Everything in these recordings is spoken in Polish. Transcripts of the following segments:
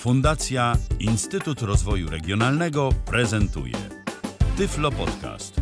Fundacja Instytut Rozwoju Regionalnego prezentuje Tyflo Podcast.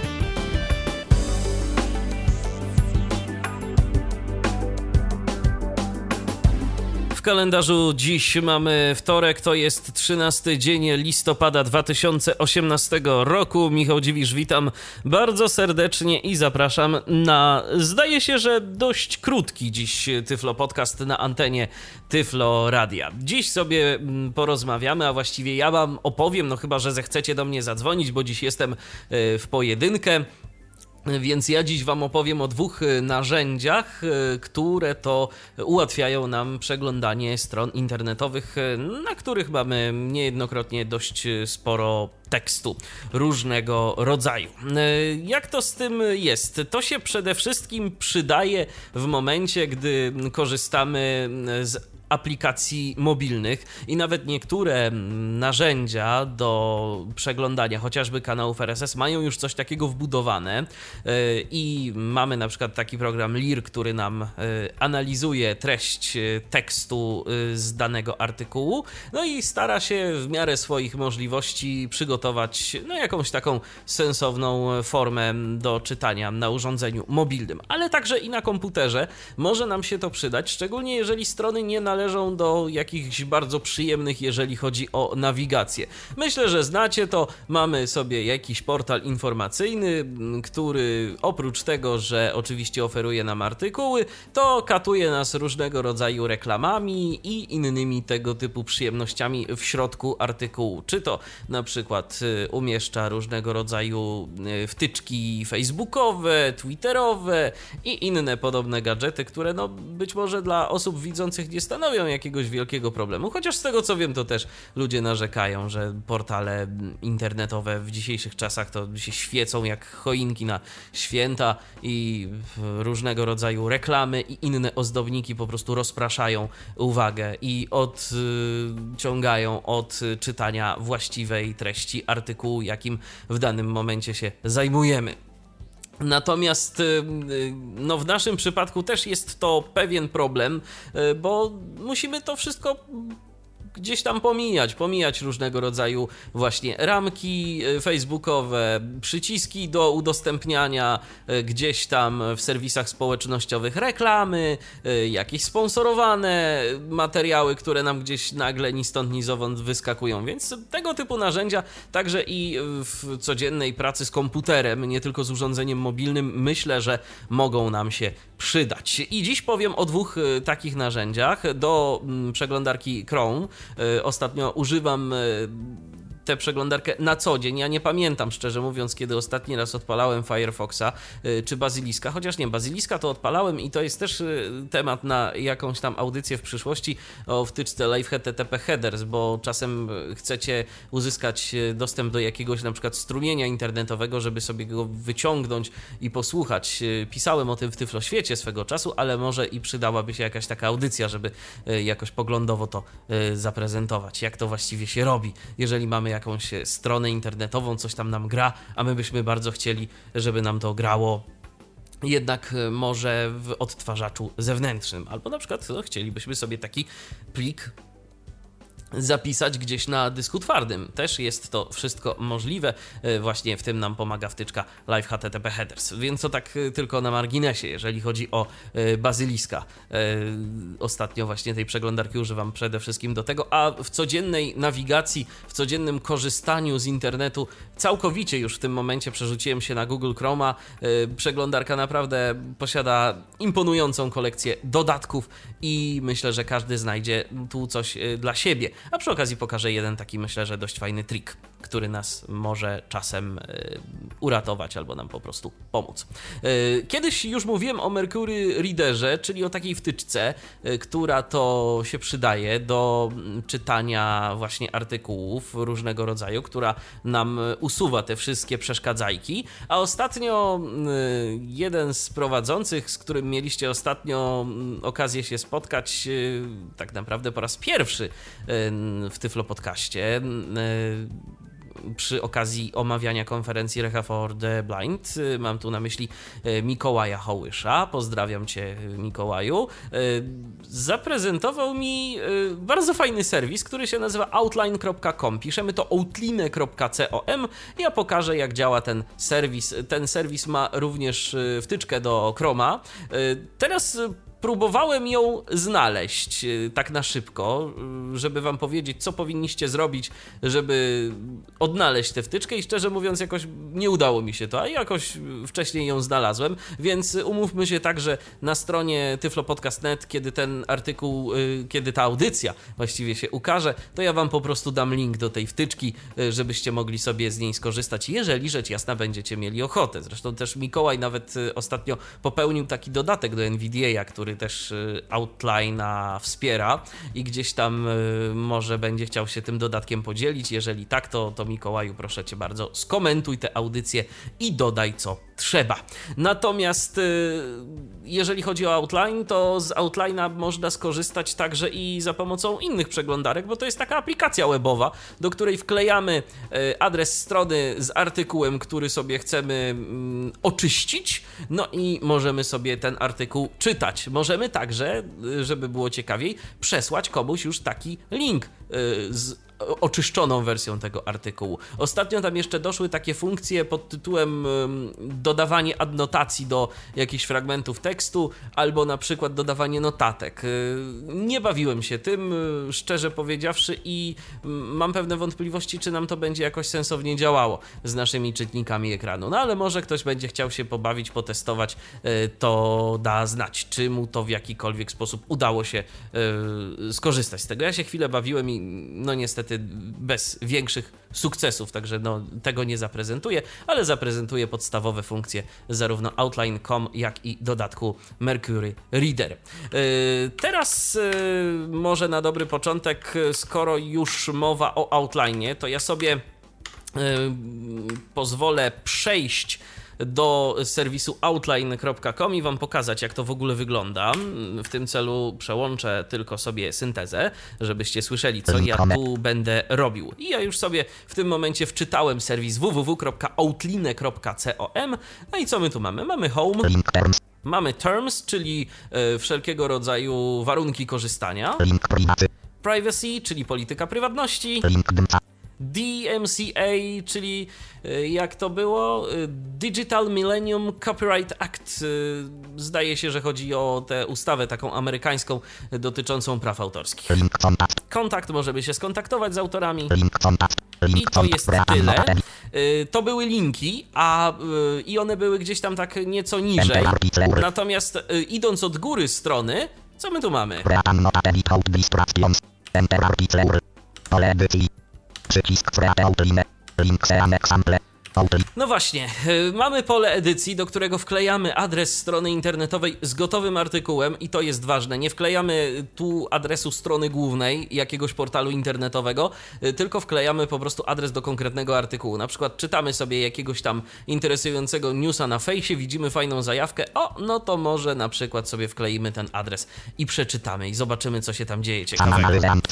W kalendarzu dziś mamy wtorek, to jest 13 dzień listopada 2018 roku. Michał Dziwisz, witam bardzo serdecznie i zapraszam na, zdaje się, że dość krótki dziś Tyflo Podcast na antenie Tyflo Radia. Dziś sobie porozmawiamy, a właściwie ja wam opowiem, no chyba, że zechcecie do mnie zadzwonić, bo dziś jestem w pojedynkę. Więc ja dziś wam opowiem o dwóch narzędziach, które to ułatwiają nam przeglądanie stron internetowych, na których mamy niejednokrotnie dość sporo tekstu różnego rodzaju. Jak to z tym jest? To się przede wszystkim przydaje w momencie, gdy korzystamy z aplikacji mobilnych i nawet niektóre narzędzia do przeglądania chociażby kanałów RSS mają już coś takiego wbudowane i mamy na przykład taki program LIR, który nam analizuje treść tekstu z danego artykułu, no i stara się w miarę swoich możliwości przygotować jakąś taką sensowną formę do czytania na urządzeniu mobilnym, ale także i na komputerze może nam się to przydać, szczególnie jeżeli strony nie należą do jakichś bardzo przyjemnych, jeżeli chodzi o nawigację. Myślę, że znacie to. Mamy sobie jakiś portal informacyjny, który oprócz tego, że oczywiście oferuje nam artykuły, to katuje nas różnego rodzaju reklamami i innymi tego typu przyjemnościami w środku artykułu. Czy to na przykład umieszcza różnego rodzaju wtyczki facebookowe, twitterowe i inne podobne gadżety, które być może dla osób widzących nie stanowią jakiegoś wielkiego problemu, chociaż z tego co wiem, to też ludzie narzekają, że portale internetowe w dzisiejszych czasach to się świecą jak choinki na święta i różnego rodzaju reklamy i inne ozdobniki po prostu rozpraszają uwagę i odciągają od czytania właściwej treści artykułu, jakim w danym momencie się zajmujemy. Natomiast w naszym przypadku też jest to pewien problem, bo musimy to wszystko gdzieś tam pomijać różnego rodzaju właśnie ramki facebookowe, przyciski do udostępniania gdzieś tam w serwisach społecznościowych, reklamy, jakieś sponsorowane materiały, które nam gdzieś nagle ni stąd ni zowąd wyskakują, więc tego typu narzędzia także i w codziennej pracy z komputerem, nie tylko z urządzeniem mobilnym, myślę, że mogą nam się przydać. I dziś powiem o dwóch takich narzędziach. Do przeglądarki Chrome ostatnio używam tę przeglądarkę na co dzień. Ja nie pamiętam, szczerze mówiąc, kiedy ostatni raz odpalałem Firefoxa czy Bazyliska, chociaż nie, Bazyliska to odpalałem i to jest też temat na jakąś tam audycję w przyszłości o wtyczce Live HTTP Headers, bo czasem chcecie uzyskać dostęp do jakiegoś na przykład strumienia internetowego, żeby sobie go wyciągnąć i posłuchać. Pisałem o tym w Tyfloświecie swego czasu, ale może i przydałaby się jakaś taka audycja, żeby jakoś poglądowo to zaprezentować, jak to właściwie się robi, jeżeli mamy jakąś stronę internetową, coś tam nam gra, a my byśmy bardzo chcieli, żeby nam to grało jednak może w odtwarzaczu zewnętrznym, albo na przykład chcielibyśmy sobie taki plik zapisać gdzieś na dysku twardym. Też jest to wszystko możliwe. Właśnie w tym nam pomaga wtyczka Live HTTP Headers. Więc to tak tylko na marginesie, jeżeli chodzi o Bazyliska. Ostatnio właśnie tej przeglądarki używam przede wszystkim do tego, a w codziennej nawigacji, w codziennym korzystaniu z internetu całkowicie już w tym momencie przerzuciłem się na Google Chroma. Przeglądarka naprawdę posiada imponującą kolekcję dodatków i myślę, że każdy znajdzie tu coś dla siebie. A przy okazji pokażę jeden taki, myślę, że dość fajny trik, który nas może czasem uratować albo nam po prostu pomóc. Kiedyś już mówiłem o Mercury Readerze, czyli o takiej wtyczce, która to się przydaje do czytania właśnie artykułów różnego rodzaju, która nam usuwa te wszystkie przeszkadzajki, a ostatnio jeden z prowadzących, z którym mieliście ostatnio okazję się spotkać tak naprawdę po raz pierwszy w Tyflo Podcaście, przy okazji omawiania konferencji Recha for the Blind. Mam tu na myśli Mikołaja Hołysza. Pozdrawiam Cię, Mikołaju. Zaprezentował mi bardzo fajny serwis, który się nazywa outline.com. Piszemy to outline.com. Ja pokażę, jak działa ten serwis. Ten serwis ma również wtyczkę do Chroma. Teraz próbowałem ją znaleźć tak na szybko, żeby wam powiedzieć, co powinniście zrobić, żeby odnaleźć tę wtyczkę i szczerze mówiąc jakoś nie udało mi się to, a jakoś wcześniej ją znalazłem, więc umówmy się tak, że na stronie tyflopodcast.net, kiedy ten artykuł, kiedy ta audycja właściwie się ukaże, to ja wam po prostu dam link do tej wtyczki, żebyście mogli sobie z niej skorzystać, jeżeli rzecz jasna będziecie mieli ochotę. Zresztą też Mikołaj nawet ostatnio popełnił taki dodatek do NVDA, który też Outline'a wspiera i gdzieś tam może będzie chciał się tym dodatkiem podzielić. Jeżeli tak, to Mikołaju, proszę Cię bardzo, skomentuj tę audycję i dodaj co trzeba. Natomiast jeżeli chodzi o Outline, to z Outline'a można skorzystać także i za pomocą innych przeglądarek, bo to jest taka aplikacja webowa, do której wklejamy adres strony z artykułem, który sobie chcemy oczyścić, no i możemy sobie ten artykuł czytać. Możemy także, żeby było ciekawiej, przesłać komuś już taki link z oczyszczoną wersją tego artykułu. Ostatnio tam jeszcze doszły takie funkcje pod tytułem dodawanie adnotacji do jakichś fragmentów tekstu, albo na przykład dodawanie notatek. Nie bawiłem się tym, szczerze powiedziawszy, i mam pewne wątpliwości, czy nam to będzie jakoś sensownie działało z naszymi czytnikami ekranu. No ale może ktoś będzie chciał się pobawić, potestować, to da znać, czy mu to w jakikolwiek sposób udało się skorzystać z tego. Ja się chwilę bawiłem i no niestety bez większych sukcesów, także no, tego nie zaprezentuję, ale zaprezentuję podstawowe funkcje zarówno Outline.com, jak i dodatku Mercury Reader. Teraz może na dobry początek, skoro już mowa o Outline'ie, to ja sobie pozwolę przejść do serwisu outline.com i wam pokazać, jak to w ogóle wygląda. W tym celu przełączę tylko sobie syntezę, żebyście słyszeli, co ja tu będę robił. I ja już sobie w tym momencie wczytałem serwis www.outline.com. No i co my tu mamy? Mamy Home, mamy Terms, czyli wszelkiego rodzaju warunki korzystania, Privacy, czyli polityka prywatności, DMCA, czyli jak to było? Digital Millennium Copyright Act. Zdaje się, że chodzi o tę ustawę taką amerykańską dotyczącą praw autorskich. Kontakt, możemy się skontaktować z autorami. I to jest tyle. To były linki, i one były gdzieś tam tak nieco niżej. Natomiast idąc od góry strony, co my tu mamy? Przycisk Outline, link example. No właśnie, mamy pole edycji, do którego wklejamy adres strony internetowej z gotowym artykułem i to jest ważne. Nie wklejamy tu adresu strony głównej jakiegoś portalu internetowego, tylko wklejamy po prostu adres do konkretnego artykułu. Na przykład czytamy sobie jakiegoś tam interesującego newsa na fejsie, widzimy fajną zajawkę, no to może na przykład sobie wkleimy ten adres i przeczytamy i zobaczymy, co się tam dzieje ciekawego.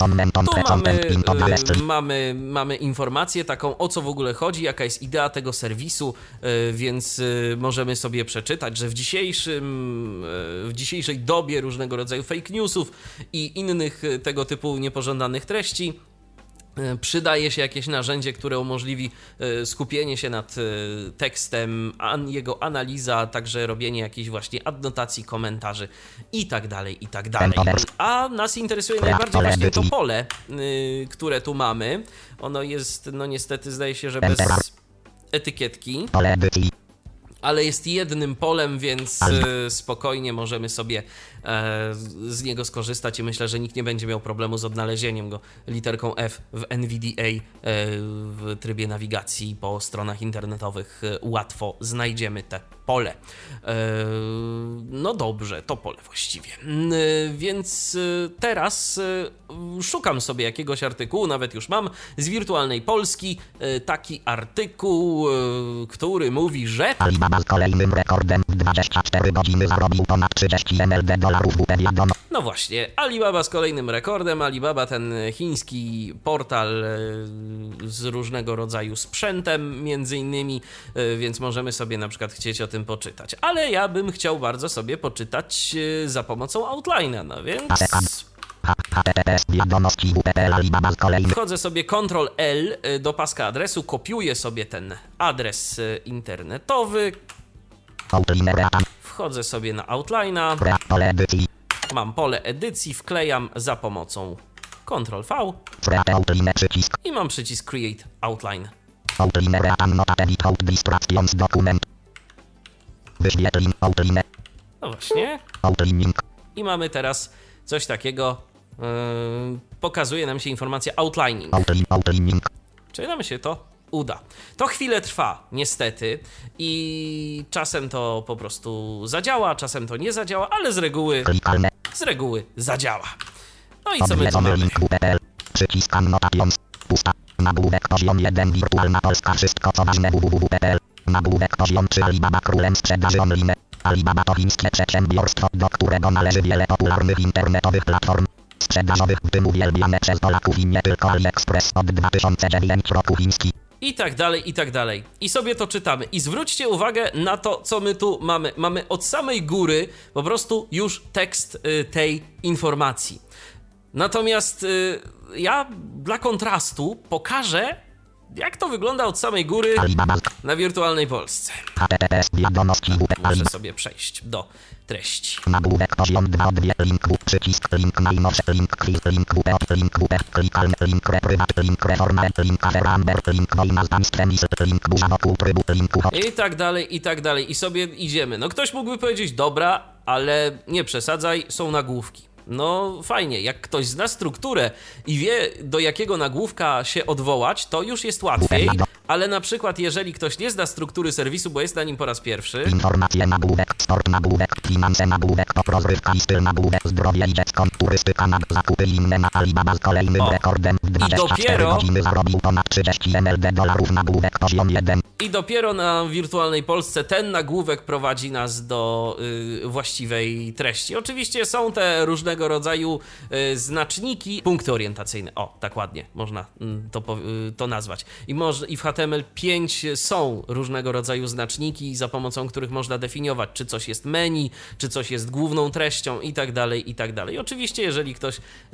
Tu mamy informację taką, o co w ogóle chodzi, jaka jest idea tego serwisu, więc możemy sobie przeczytać, że w dzisiejszej dobie różnego rodzaju fake newsów i innych tego typu niepożądanych treści przydaje się jakieś narzędzie, które umożliwi skupienie się nad tekstem, jego analiza, także robienie jakichś właśnie adnotacji, komentarzy i tak dalej, i tak dalej. A nas interesuje najbardziej właśnie to pole, które tu mamy. Ono jest, no niestety zdaje się, że bez etykietki, ale jest jednym polem, więc spokojnie możemy sobie z niego skorzystać i myślę, że nikt nie będzie miał problemu z odnalezieniem go literką F w NVDA w trybie nawigacji po stronach internetowych. Łatwo znajdziemy te pole. No dobrze, to pole właściwie. Więc teraz szukam sobie jakiegoś artykułu, nawet już mam, z Wirtualnej Polski, taki artykuł, który mówi, że Alibaba z kolejnym rekordem w 24 godziny zarobił ponad 30 MLD dolarów WP wiadomo. no właśnie, Alibaba z kolejnym rekordem. Alibaba, ten chiński portal z różnego rodzaju sprzętem między innymi, więc możemy sobie na przykład chcieć o tym poczytać. Ale ja bym chciał bardzo sobie poczytać za pomocą Outline'a, no więc HTTPS wiadomości WPL Alibaba z kolejnym. wchodzę sobie Ctrl-L do paska adresu, kopiuję sobie ten adres internetowy, wchodzę sobie na Outline'a, Pole edycji. mam pole edycji, wklejam za pomocą Ctrl-V Outline przycisk. i mam przycisk Create Outline. Outline reannotate without distractions dokument. Wyświetlin Outline. No właśnie. Outlining. I mamy teraz coś takiego, pokazuje nam się informacja outlining. Outlining. Czy nam się to uda? To chwilę trwa, niestety, i czasem to po prostu zadziała, czasem to nie zadziała, ale Klikalne. z reguły zadziała. No i co my tu Odwiedzony mamy? link WPL. Przycisk annotations. Pusta. Nagłówek poziom 1 Wirtualna Polska. Wszystko co ważne www.pl. Nagłówek poziom 3 Alibaba królem sprzedaży online. Alibaba to chińskie przedsiębiorstwo, do którego należy wiele popularnych internetowych platform sprzedażowych, w tym uwielbiane przez Polaków i nie tylko AliExpress od 2009 roku chiński. I tak dalej, i tak dalej. I sobie to czytamy. I zwróćcie uwagę na to, co my tu mamy. Mamy od samej góry po prostu już tekst tej informacji. Natomiast ja dla kontrastu pokażę, jak to wygląda od samej góry Alibaba. na Wirtualnej Polsce. HTTPS wiadomości WPL. Muszę sobie przejść do treści. Nagłówek poziom 2 odwie link w przycisk link najnowsze link klik link WP link WP klikalny link reprywat link reformat link afera Amber link wojna z państwem link burza wokół trybu linku I tak dalej, i tak dalej. I sobie idziemy. No ktoś mógłby powiedzieć, dobra, ale nie przesadzaj, są nagłówki. No fajnie, jak ktoś zna strukturę i wie, do jakiego nagłówka się odwołać, to już jest łatwiej, ale na przykład jeżeli ktoś nie zna struktury serwisu, bo jest na nim po raz pierwszy, informacje nagłówek sport nagłówek finanse nagłówek rozrywka i styl nagłówek zdrowie i dziecko turystyka zakupy inne na Alibaba z kolejnym rekordem w 24 godziny zarobił ponad 30 MLD dolarów nagłówek poziom 1. i dopiero na Wirtualnej Polsce ten nagłówek prowadzi nas do właściwej treści. Oczywiście są te różnego rodzaju znaczniki, punkty orientacyjne. O, tak ładnie można to nazwać. I w HTML5 są różnego rodzaju znaczniki, za pomocą których można definiować, czy coś jest menu, czy coś jest główną treścią i tak dalej, i tak dalej. Oczywiście, jeżeli ktoś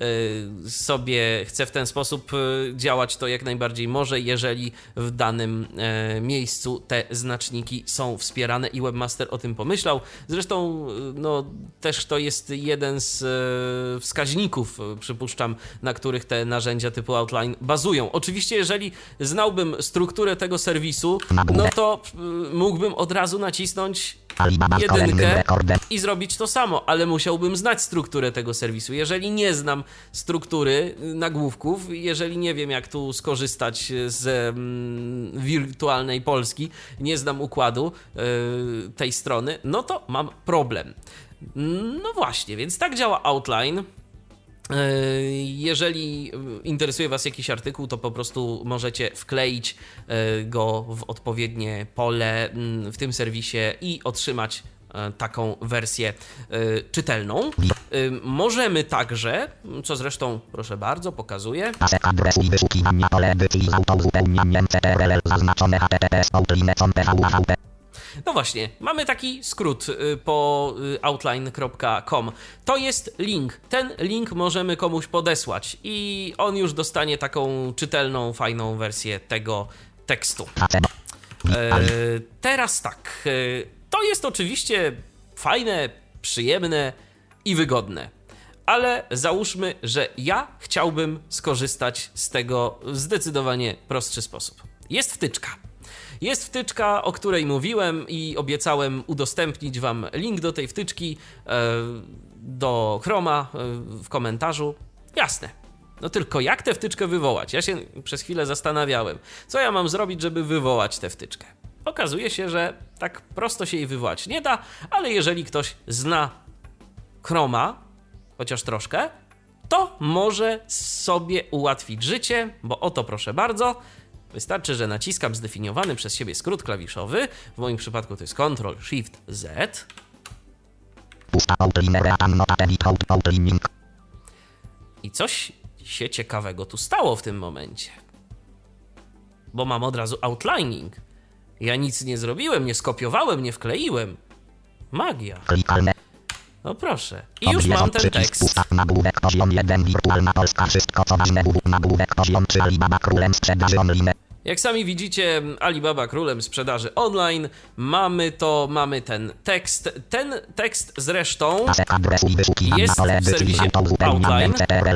sobie chce w ten sposób działać, to jak najbardziej może, jeżeli w danym miejscu te znaczniki są wspierane i Webmaster o tym pomyślał. Zresztą no, też to jest jeden z wskaźników, przypuszczam, na których te narzędzia typu Outline bazują. Oczywiście, jeżeli znałbym strukturę tego serwisu, no to mógłbym od razu nacisnąć jedynkę i zrobić to samo, ale musiałbym znać strukturę tego serwisu. Jeżeli nie znam struktury nagłówków, jeżeli nie wiem, jak tu skorzystać z Wirtualnej Polski, nie znam układu tej strony, no to mam problem. No właśnie, więc tak działa Outline. Jeżeli interesuje Was jakiś artykuł, to po prostu możecie wkleić go w odpowiednie pole w tym serwisie i otrzymać taką wersję czytelną. Możemy także, co zresztą, proszę bardzo, pokazuję. Pasek adresu i wyszukiwania pole edycji z autouzupełnieniem CTRL zaznaczone https outline.pvp. No właśnie, mamy taki skrót po outline.com. To jest link. Ten link możemy komuś podesłać i on już dostanie taką czytelną, fajną wersję tego tekstu. Teraz tak, to jest oczywiście fajne, przyjemne i wygodne. Ale załóżmy, że ja chciałbym skorzystać z tego w zdecydowanie prostszy sposób. Jest wtyczka. Jest wtyczka, o której mówiłem i obiecałem udostępnić Wam link do tej wtyczki do Chroma w komentarzu. Jasne. No tylko jak tę wtyczkę wywołać? Ja się przez chwilę zastanawiałem, co ja mam zrobić, żeby wywołać tę wtyczkę. okazuje się, że tak prosto się jej wywołać nie da, ale jeżeli ktoś zna Chroma, chociaż troszkę, to może sobie ułatwić życie, bo oto proszę bardzo, wystarczy, że naciskam zdefiniowany przez siebie skrót klawiszowy, w moim przypadku to jest Ctrl-Shift-Z. I coś się ciekawego tu stało w tym momencie, bo mam od razu outlining. Ja nic nie zrobiłem, nie skopiowałem, nie wkleiłem. Magia. No proszę. I już mam ten tekst. Nagłówek poziom 1, wirtualna Polska, wszystko co ważne, nagłówek poziom 3, Alibaba królem sprzedaży online. Jak sami widzicie, Alibaba królem sprzedaży online. Mamy ten tekst. Ten tekst zresztą jest w serwisie Outline.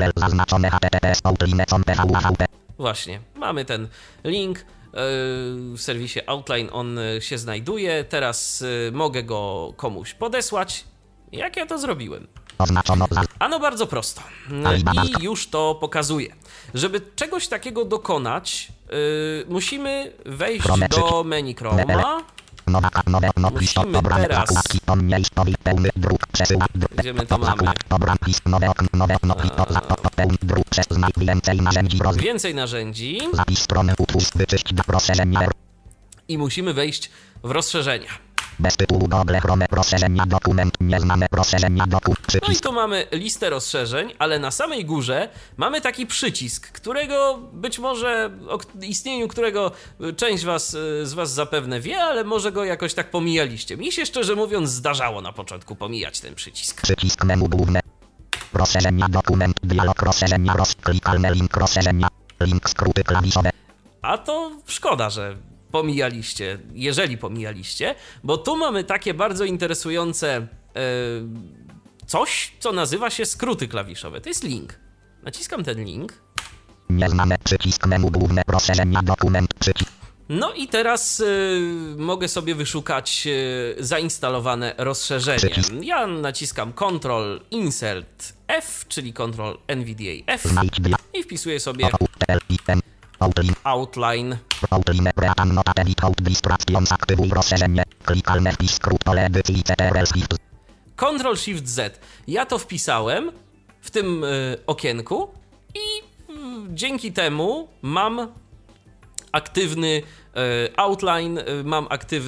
Właśnie, mamy ten link. W serwisie Outline on się znajduje. Teraz mogę go komuś podesłać. Jak ja to zrobiłem? Ano bardzo prosto. I już to pokazuję. Żeby czegoś takiego dokonać, musimy wejść do menu Chroma. Musimy teraz... Gdzie my to mamy? Więcej narzędzi. I musimy wejść w rozszerzenia. Bez tytułu Google Chrome, rozszerzenia dokument, nieznane rozszerzenia dokument. No i tu mamy listę rozszerzeń, ale na samej górze mamy taki przycisk, którego być może, o istnieniu którego część z was zapewne wie, ale może go jakoś tak pomijaliście. Mi się szczerze mówiąc zdarzało na początku pomijać ten przycisk. Przycisk menu główne. Rozszerzenia dokument, dialog rozszerzenia, klikalne link rozszerzenia, link skróty klawiszowe. A to szkoda, że pomijaliście, jeżeli pomijaliście, bo tu mamy takie bardzo interesujące coś, co nazywa się skróty klawiszowe. To jest link. Naciskam ten link. Nieznane, przycisk menu główne, rozszerzenia dokument, przycisk. No i teraz mogę sobie wyszukać zainstalowane rozszerzenie. Ja naciskam Ctrl Insert F, czyli Ctrl NVDA F i wpisuję sobie Outline. Ctrl-Shift-Z. Ja to wpisałem w tym okienku i dzięki temu mam aktywny outline, mam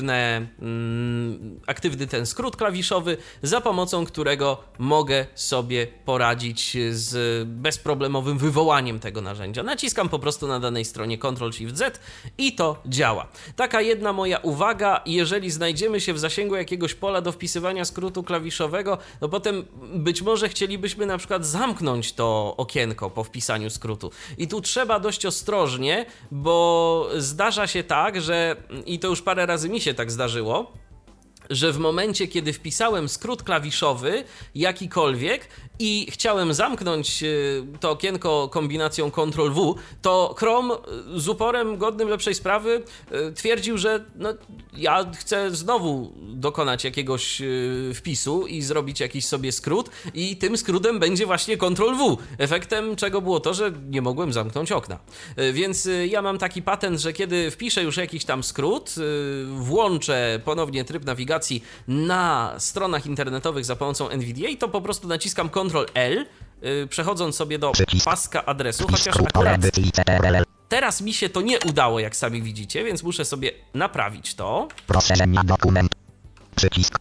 aktywny ten skrót klawiszowy, za pomocą którego mogę sobie poradzić z bezproblemowym wywołaniem tego narzędzia. Naciskam po prostu na danej stronie Ctrl-Shift-Z i to działa. Taka jedna moja uwaga, jeżeli znajdziemy się w zasięgu jakiegoś pola do wpisywania skrótu klawiszowego, no potem być może chcielibyśmy na przykład zamknąć to okienko po wpisaniu skrótu. I tu trzeba dość ostrożnie, bo zdarza się tak, że, i to już parę razy mi się tak zdarzyło, że w momencie, kiedy wpisałem skrót klawiszowy jakikolwiek i chciałem zamknąć to okienko kombinacją Ctrl-W, to Chrome z uporem godnym lepszej sprawy twierdził, że no, ja chcę znowu dokonać jakiegoś wpisu i zrobić jakiś sobie skrót i tym skrótem będzie właśnie Ctrl-W. Efektem czego było to, że nie mogłem zamknąć okna. Więc ja mam taki patent, że kiedy wpiszę już jakiś tam skrót, włączę ponownie tryb nawigacji na stronach internetowych za pomocą NVDA, to po prostu naciskam Ctrl-L, przechodząc sobie do paska adresu, chociaż akurat teraz mi się to nie udało, jak sami widzicie, więc muszę sobie naprawić to. Rozszerzenia dokument, przycisk.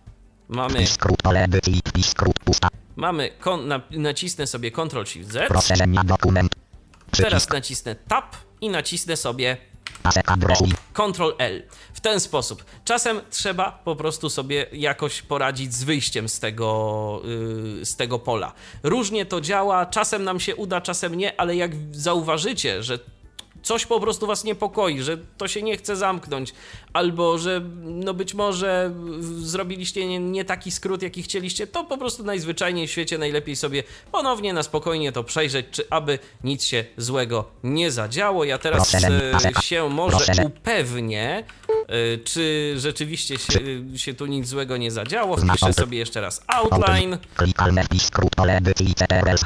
Nacisnę sobie Ctrl-Shift-Z. Rozszerzenia dokument, przycisk. Teraz nacisnę Tab i nacisnę sobie Ctrl-L. W ten sposób. Czasem trzeba po prostu sobie jakoś poradzić z wyjściem z tego pola. Różnie to działa, czasem nam się uda, czasem nie, ale jak zauważycie, że coś po prostu was niepokoi, że to się nie chce zamknąć, albo że no być może zrobiliście nie taki skrót, jaki chcieliście, to po prostu najzwyczajniej w świecie najlepiej sobie ponownie na spokojnie to przejrzeć, czy aby nic się złego nie zadziało. Ja teraz się może upewnię, czy rzeczywiście się tu nic złego nie zadziało. Wpiszę sobie jeszcze raz outline.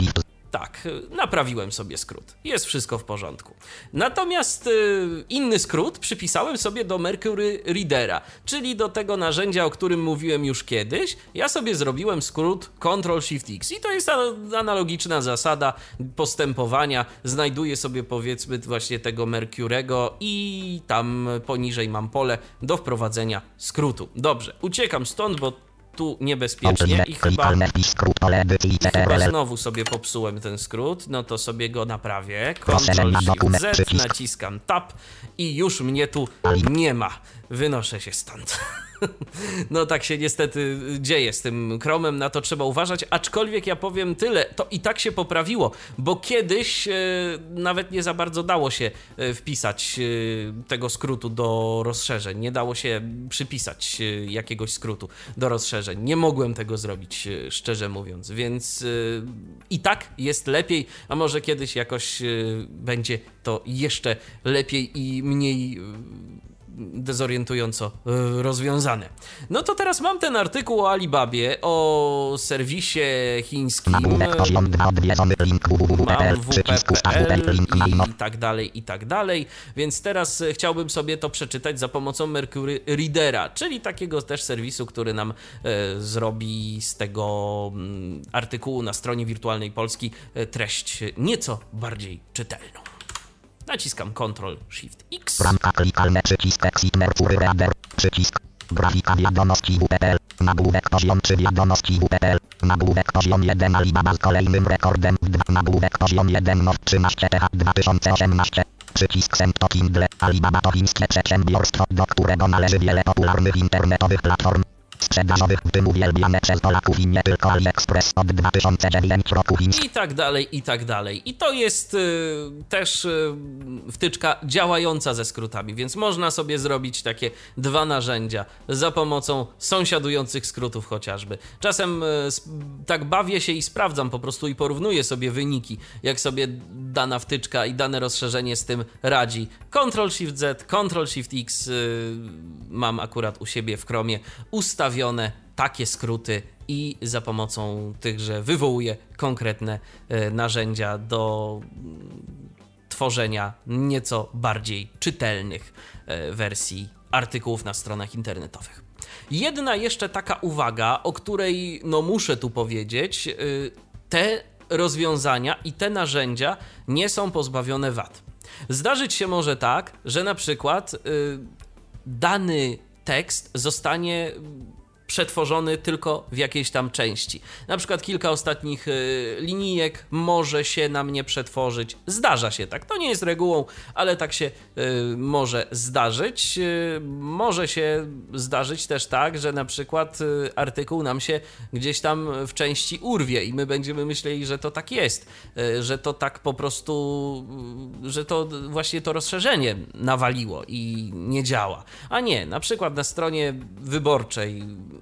Tak, naprawiłem sobie skrót. Jest wszystko w porządku. Natomiast inny skrót przypisałem sobie do Mercury Readera, czyli do tego narzędzia, o którym mówiłem już kiedyś. Ja sobie zrobiłem skrót Ctrl-Shift-X i to jest analogiczna zasada postępowania. Znajduję sobie, powiedzmy, właśnie tego Mercury'ego i tam poniżej mam pole do wprowadzenia skrótu. Dobrze, uciekam stąd, bo tu niebezpiecznie i chyba znowu sobie popsułem ten skrót, no to sobie go naprawię. Ctrl-Shift-Z, naciskam Tab i już mnie tu nie ma. Wynoszę się stąd. No tak się niestety dzieje z tym Chromem, na to trzeba uważać, aczkolwiek ja powiem tyle, to i tak się poprawiło, bo kiedyś nawet nie za bardzo dało się wpisać tego skrótu do rozszerzeń, nie dało się przypisać jakiegoś skrótu do rozszerzeń, nie mogłem tego zrobić, szczerze mówiąc, więc i tak jest lepiej, a może kiedyś jakoś będzie to jeszcze lepiej i mniej dezorientująco rozwiązane. No to teraz mam ten artykuł o Alibabie, o serwisie chińskim, mam wp.pl i tak dalej, więc teraz chciałbym sobie to przeczytać za pomocą Mercury Readera, czyli takiego też serwisu, który nam zrobi z tego artykułu na stronie Wirtualnej Polski treść nieco bardziej czytelną. Naciskam Ctrl-Shift-X. Bramka klikalne, przycisk Exit Mercury Reader, przycisk grafika wiadomości WPL, nagłówek poziom 3 wiadomości WPL, nagłówek poziom 1 Alibaba z kolejnym rekordem, nagłówek poziom 1 NOW 13 TH 2018, przycisk Send to Kindle, Alibaba to chińskie przedsiębiorstwo, do którego należy wiele popularnych internetowych platform sprzedażowych, w tym uwielbiane przez Polaków i nie tylko AliExpress od 2009 roku. I tak dalej, i tak dalej. I to jest też wtyczka działająca ze skrótami, więc można sobie zrobić takie dwa narzędzia za pomocą sąsiadujących skrótów chociażby. Czasem tak bawię się i sprawdzam po prostu i porównuję sobie wyniki, jak sobie dana wtyczka i dane rozszerzenie z tym radzi. Ctrl-Shift-Z, Ctrl-Shift-X mam akurat u siebie w Chromie ustawione takie skróty i za pomocą tychże wywołuję konkretne narzędzia do tworzenia nieco bardziej czytelnych wersji artykułów na stronach internetowych. Jedna jeszcze taka uwaga, o której muszę tu powiedzieć, te rozwiązania i te narzędzia nie są pozbawione wad. Zdarzyć się może tak, że na przykład dany tekst zostanie przetworzony tylko w jakiejś tam części. Na przykład kilka ostatnich linijek może się nam nie przetworzyć. Zdarza się tak. To nie jest regułą, ale tak się może zdarzyć. Może się zdarzyć też tak, że na przykład artykuł nam się gdzieś tam w części urwie i my będziemy myśleli, że to tak jest, że to tak po prostu, że to właśnie to rozszerzenie nawaliło i nie działa. A nie, na przykład na stronie wyborczej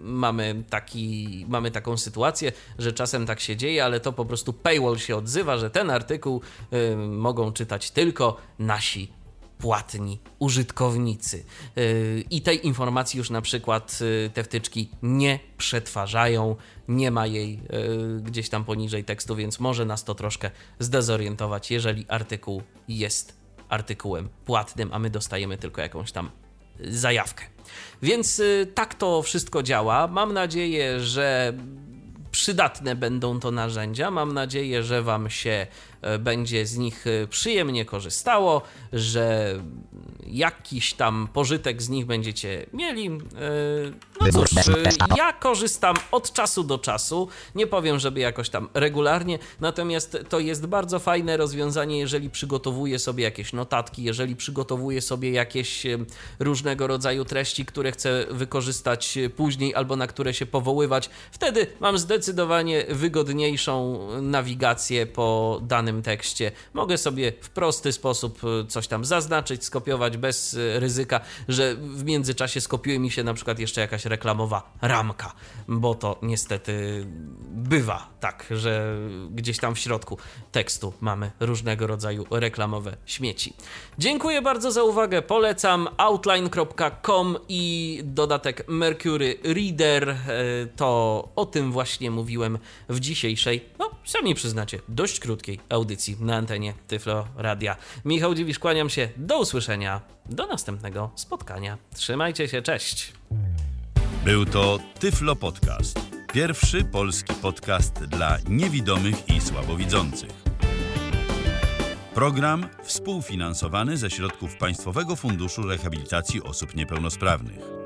mamy taką sytuację, że czasem tak się dzieje, ale to po prostu paywall się odzywa, że ten artykuł mogą czytać tylko nasi płatni użytkownicy. I tej informacji już na przykład te wtyczki nie przetwarzają, nie ma jej gdzieś tam poniżej tekstu, więc może nas to troszkę zdezorientować, jeżeli artykuł jest artykułem płatnym, a my dostajemy tylko jakąś tam zajawkę. Więc tak to wszystko działa. Mam nadzieję, że przydatne będą to narzędzia. Mam nadzieję, że Wam się będzie z nich przyjemnie korzystało, że jakiś tam pożytek z nich będziecie mieli. No cóż, ja korzystam od czasu do czasu. Nie powiem, żeby jakoś tam regularnie, natomiast to jest bardzo fajne rozwiązanie, jeżeli przygotowuję sobie jakieś notatki, jeżeli przygotowuję sobie jakieś różnego rodzaju treści, które chcę wykorzystać później albo na które się powoływać. Wtedy mam zdecydowanie wygodniejszą nawigację po danym tekście. Mogę sobie w prosty sposób coś tam zaznaczyć, skopiować bez ryzyka, że w międzyczasie skopiuje mi się na przykład jeszcze jakaś reklamowa ramka, bo to niestety bywa tak, że gdzieś tam w środku tekstu mamy różnego rodzaju reklamowe śmieci. Dziękuję bardzo za uwagę, polecam outline.com i dodatek Mercury Reader, to o tym właśnie mówiłem w dzisiejszej sami przyznacie, dość krótkiej audycji na antenie Tyflo Radia. Michał Dziwisz, kłaniam się, do usłyszenia, do następnego spotkania. Trzymajcie się, cześć. Był to Tyflo Podcast. Pierwszy polski podcast dla niewidomych i słabowidzących. Program współfinansowany ze środków Państwowego Funduszu Rehabilitacji Osób Niepełnosprawnych.